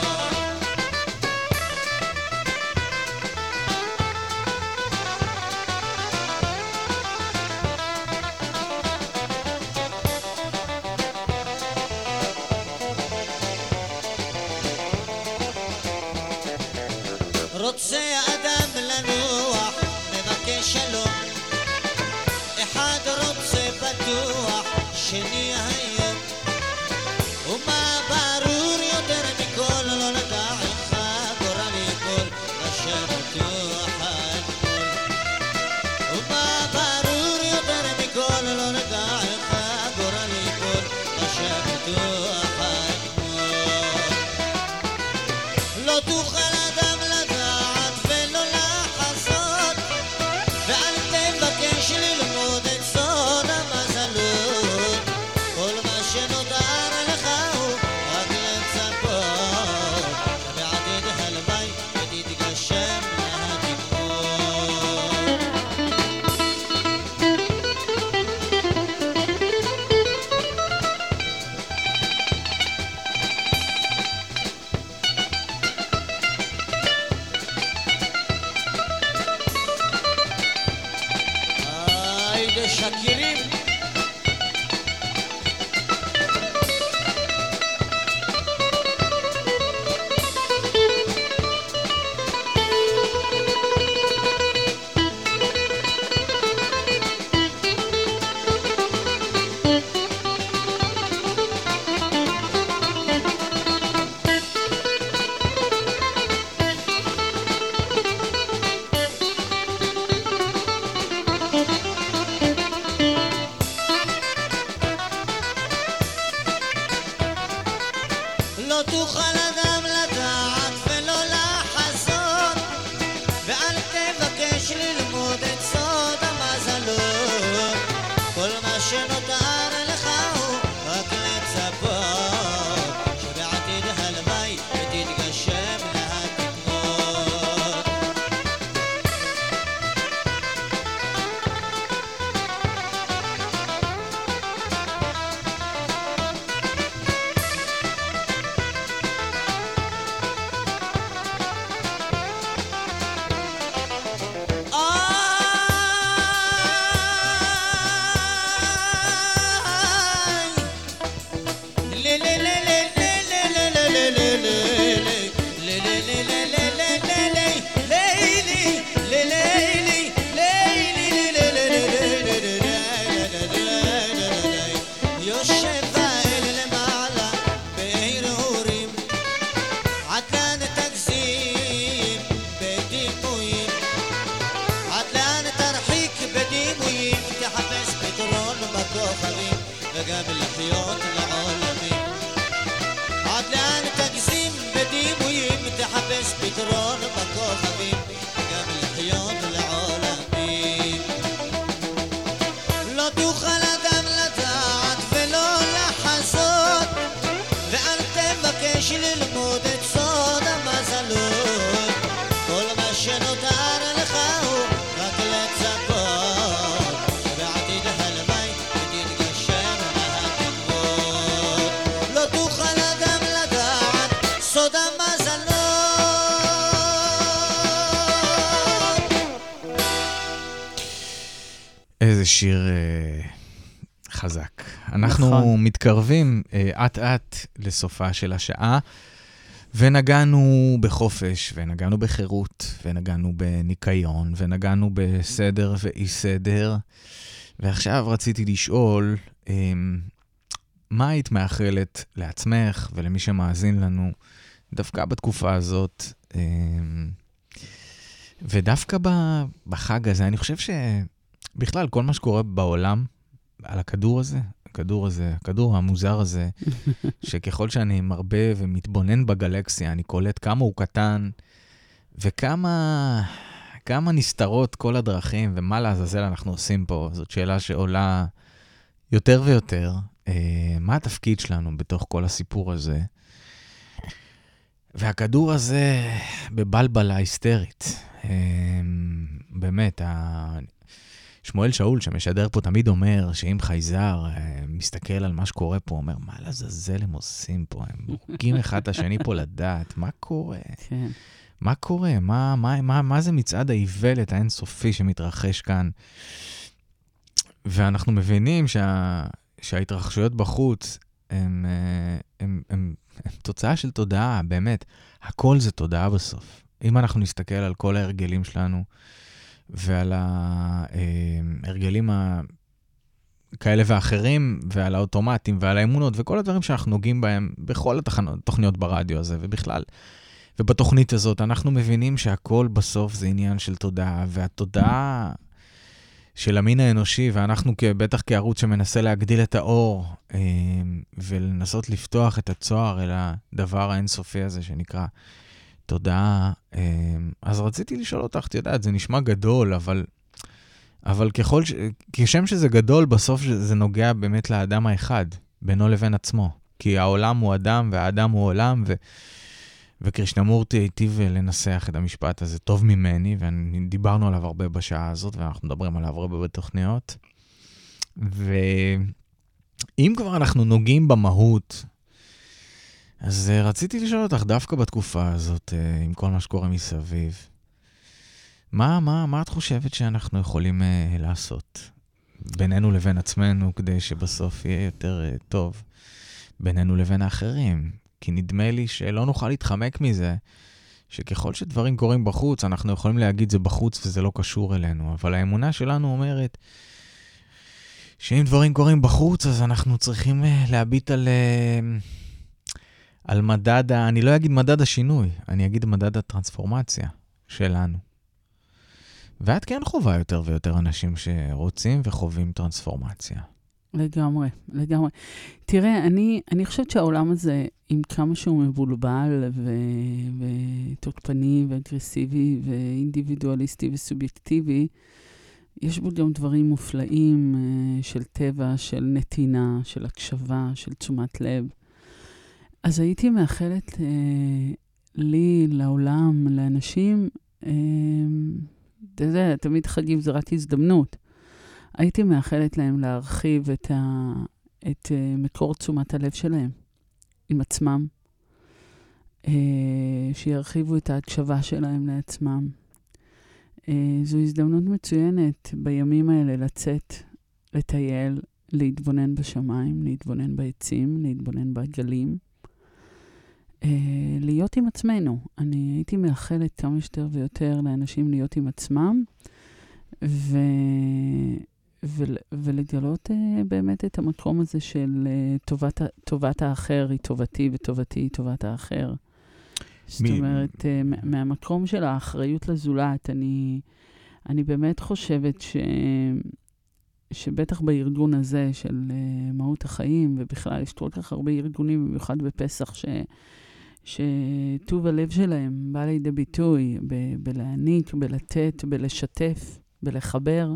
רוצה האדם לנוח, מבקש שלום, אחד רוצה בטוח, שני היום. ומה ברור יותר מכל, לא לדע איך גורל ייפול, לשם בטוח הגמול. ומה ברור יותר מכל, לא לדע איך גורל ייפול, לשם בטוח הגמול. לא תוכל אדם לדעת ולא לחזות, ואל תבקש ללמוד את סוד המזלות. כל מה שנותר לך הוא רק לצפות, שבעתיד הלוואי ותתגשם להנקות. לא תוכל אדם לדעת ולא לחזות, ואל תבקש ללמוד את סוד המזלות. כל מה שנותר לך הוא רק לצפות, שבעתיד הלוואי ותתגשם התקוות. וגם לחיות לעולמים. עד לאן תגזים בדימויים, תחפש פתרון בכוכבים, וגם לחיות לעולמים. לא תוכל אדם לדעת ולא לחזות, ואל תבקש ללמוד את סוד המזלות. כל מה שנותר לך הוא רק לצפות, שבעתיד הלוואי ותתגשם התקוות. לא תוכל אדם לדעת סוד המזלות. איזה שיר חזק. אנחנו נכון. מתקרבים אט-אט לסופה של השעה, ונגענו בחופש, ונגענו בחירות, ונגענו בניקיון, ונגענו בסדר ואי סדר. ועכשיו רציתי לשאול, מה היית מאחלת לעצמך ולמי שמאזין לנו, דווקא בתקופה הזאת, ודווקא בחג הזה? אני חושב שבכלל כל מה שקורה בעולם, על הכדור הזה, הכדור המוזר הזה, שככל שאני מרבה ומתבונן בגלקסיה, אני קולט כמה הוא קטן, וכמה נסתרות כל הדרכים, ומה לעזאזל אנחנו עושים פה. זאת שאלה שעולה יותר ויותר. מה התפקיד שלנו בתוך כל הסיפור הזה? והכדור הזה בבלבלה היסטרית. באמת, שמואל שאול שמשדר פה תמיד אומר שאם חייזר מסתכל על מה שקורה פה, אומר, מה לעזאזל הם עושים פה? הם הורגים אחד את השני פה לדעת, מה קורה? כן. מה קורה? מה זה מצעד האיוולת האינסופי שמתרחש כאן? ואנחנו מבינים שההתרחשויות בחוץ הם תוצאה של תודעה, באמת. הכל זה תודעה בסוף. אם אנחנו נסתכל על כל ההרגלים שלנו, ועל ההרגלים כאלה ואחרים, ועל האוטומטים, ועל האמונות, וכל הדברים שאנחנו נוגעים בהם בכל התוכניות ברדיו הזה, ובכלל. ובתוכנית הזאת אנחנו מבינים שהכל בסוף זה עניין של תודעה, והתודעה של המין האנושי, ואנחנו בטח כערוץ שמנסה להגדיל את האור, ולנסות לפתוח את הצוהר אל הדבר האינסופי הזה שנקרא תודעה. אז רציתי לשאול אותך, את יודעת, זה נשמע גדול, אבל כשם שזה גדול, בסוף זה נוגע באמת לאדם האחד, בינו לבין עצמו. כי העולם הוא אדם, והאדם הוא עולם, וקרישנמורטי היטיב לנסח את המשפט הזה טוב ממני, ודיברנו עליו הרבה בשעה הזאת, ואנחנו מדברים עליו הרבה בתוכניות. ואם כבר אנחנו נוגעים במהות, אז רציתי לשאול אותך דווקא בתקופה הזאת, עם כל מה שקורה מסביב, מה את חושבת שאנחנו יכולים לעשות בינינו לבין עצמנו, כדי שבסוף יהיה יותר טוב בינינו לבין האחרים? כי נדמה לי שלא נוכל להתחמק מזה, שככל שדברים קורים בחוץ, אנחנו יכולים להגיד זה בחוץ וזה לא קשור אלינו, אבל האמונה שלנו אומרת שאם דברים קורים בחוץ, אז אנחנו צריכים להביט על מדד, אני לא אגיד מדד השינוי, אני אגיד מדד הטרנספורמציה שלנו. ואת כן חובה יותר ויותר אנשים שרוצים וחווים טרנספורמציה. לגמרי, לגמרי. תראה, אני חושבת שהעולם הזה עם כמה שהוא מבולבל ותוקפני ואגרסיבי ואינדיבידואליסטי וסובייקטיבי, יש בו גם דברים מופלאים של טבע, של נתינה, של הקשבה, של תשומת לב. אז הייתי מאחלת לי, לעולם, לאנשים, אתה יודע, תמיד חגים זה רק הזדמנות. הייתי מאחלת להם להרחיב את מקור תשומת הלב שלהם עם עצמם, שירחיבו את ההקשבה שלהם לעצמם. זו הזדמנות מצוינת בימים האלה לצאת, לטייל, להתבונן בשמיים, להתבונן בעצים, להתבונן בגלים, להיות עם עצמנו. אני הייתי מאחלת כמה שיותר ויותר לאנשים להיות עם עצמם, ולגלות באמת את המקום הזה של טובת האחר היא טובתי וטובתי היא טובת האחר. זאת אומרת, מהמקום של האחריות לזולת, אני באמת חושבת שבטח בארגון הזה של מהות החיים, ובכלל יש כל כך הרבה ארגונים, במיוחד בפסח, שטוב הלב שלהם בא לידי ביטוי, בלהעניק, בלתת, בלשתף, בלחבר.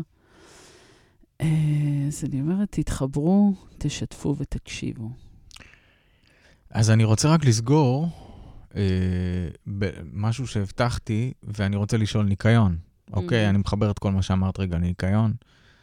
אז אני אומרת, תתחברו, תשתפו ותקשיבו. אז אני רוצה רק לסגור משהו שהבטחתי, ואני רוצה לשאול ניקיון. אוקיי, אני מחבר את כל מה שאמרת רגע, ניקיון.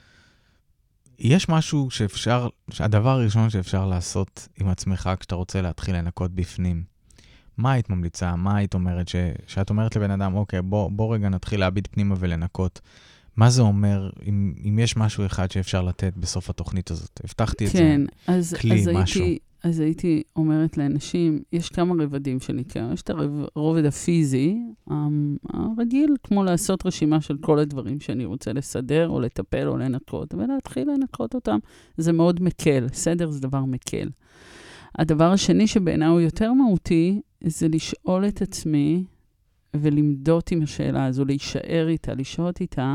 יש משהו הדבר הראשון שאפשר לעשות עם עצמך כשאתה רוצה להתחיל לנקות בפנים. מה היית ממליצה? מה היית אומרת שאת אומרת לבן אדם, אוקיי, בוא רגע נתחיל להביט פנימה ולנקות. מה זה אומר, אם יש משהו אחד שאפשר לתת בסוף התוכנית הזאת? הבטחתי את זה, כלי, משהו. אז הייתי אומרת לאנשים, יש כמה רבדים של ניקיון. יש את הרובד הפיזי, הרגיל, כמו לעשות רשימה של כל הדברים שאני רוצה לסדר, או לטפל, או לנקות, ולהתחיל לנקות אותם. זה מאוד מקל. סדר זה דבר מקל. הדבר השני שבעיניי הוא יותר מהותי, זה לשאול את עצמי, ולמדות עם השאלה הזו, להישאר איתה, לשהות איתה,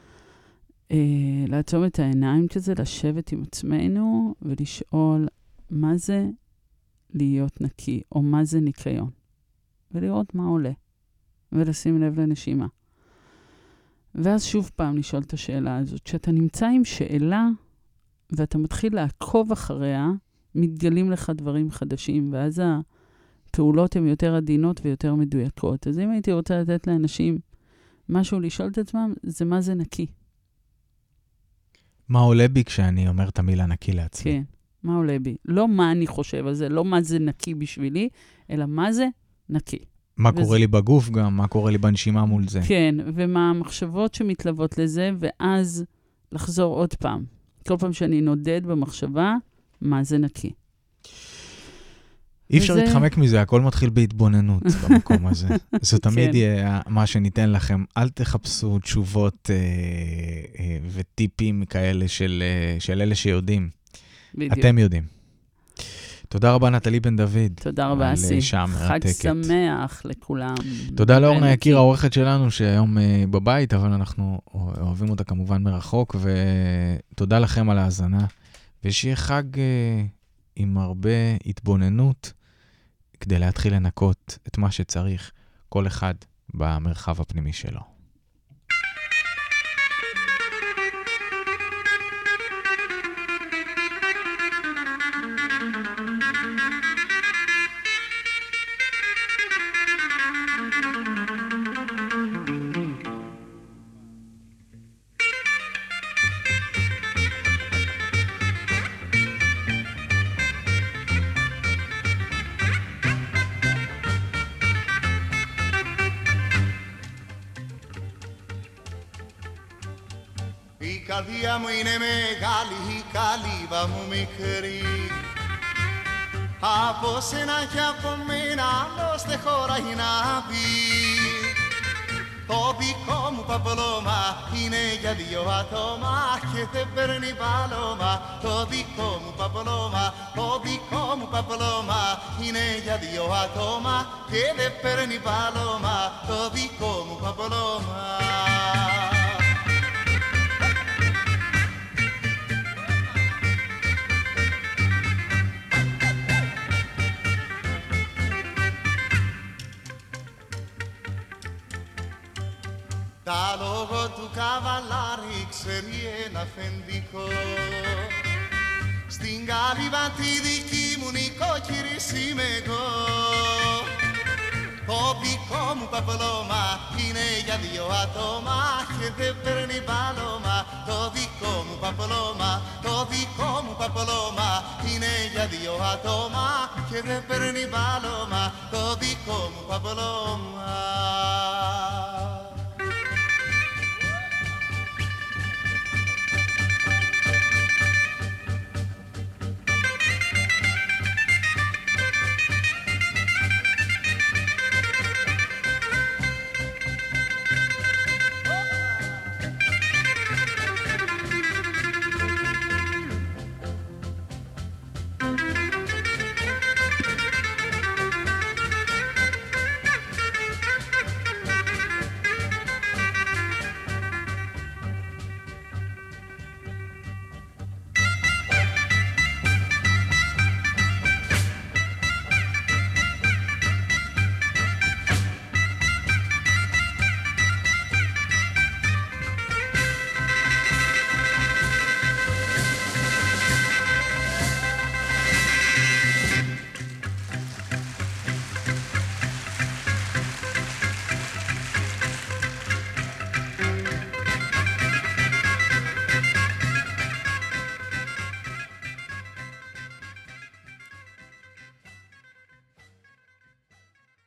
לעצום את העיניים כזה, לשבת עם עצמנו, ולשאול מה זה להיות נקי, או מה זה ניקיון. ולראות מה עולה, ולשים לב לנשימה. ואז שוב פעם לשאול את השאלה הזאת. כשאתה נמצא עם שאלה, ואתה מתחיל לעקוב אחריה, מתגלים לך דברים חדשים, ואז הפעולות הן יותר עדינות ויותר מדויקות. אז אם הייתי רוצה לתת לאנשים משהו לשאול את עצמם, זה מה זה נקי. מה עולה בי כשאני אומר את המילה נקי לעצמי? כן, מה עולה בי. לא מה אני חושב על זה, לא מה זה נקי בשבילי, אלא מה זה נקי. מה קורה לי בגוף גם, מה קורה לי בנשימה מול זה. כן, ומה המחשבות שמתלוות לזה, ואז לחזור עוד פעם. כל פעם שאני נודד במחשבה, מה זה נקי. אי אפשר להתחמק מזה, הכל מתחיל בהתבוננות במקום הזה. זה תמיד יהיה מה שניתן לכם. אל תחפשו תשובות וטיפים כאלה של אלה שיודעים. אתם יודעים. תודה רבה נטלי בן דוד. תודה רבה אסי. חג שמח לכולם. תודה לאורנה יקיר העורכת שלנו שהיום בבית, אבל אנחנו אוהבים אותה כמובן מרחוק, ותודה לכם על ההאזנה. ושיהיה חג עם הרבה התבוננות, כדי להתחיל לנקות את מה שצריך, כל אחד במרחב הפנימי שלו. Η καρδιά μου είναι μεγάλη, η καλύβα μου μικρή. Από σένα και από μένα άλλος δεν χωράει να πει. Το δικό μου παπλώμα είναι για δύο άτομα και δεν παίρνει πάλωμα. Το δικό μου παπλώμα, το δικό μου παπλώμα είναι για δύο άτομα και δεν παίρνει πάλωμα. Το δικό μου παπλώμα. Τα λόγω του καβαλάρι ξέρει ένα αφεντικό. Στην καλύβα τη δική μου νοικοκύρη είμαι εγώ. Το δικό μου παπλώμα είναι για δύο άτομα και δεν παίρνει πάλωμα. Το δικό μου παπλώμα, το δικό μου παπλώμα είναι για δύο άτομα και δεν παίρνει πάλωμα. Το δικό μου παπλώμα.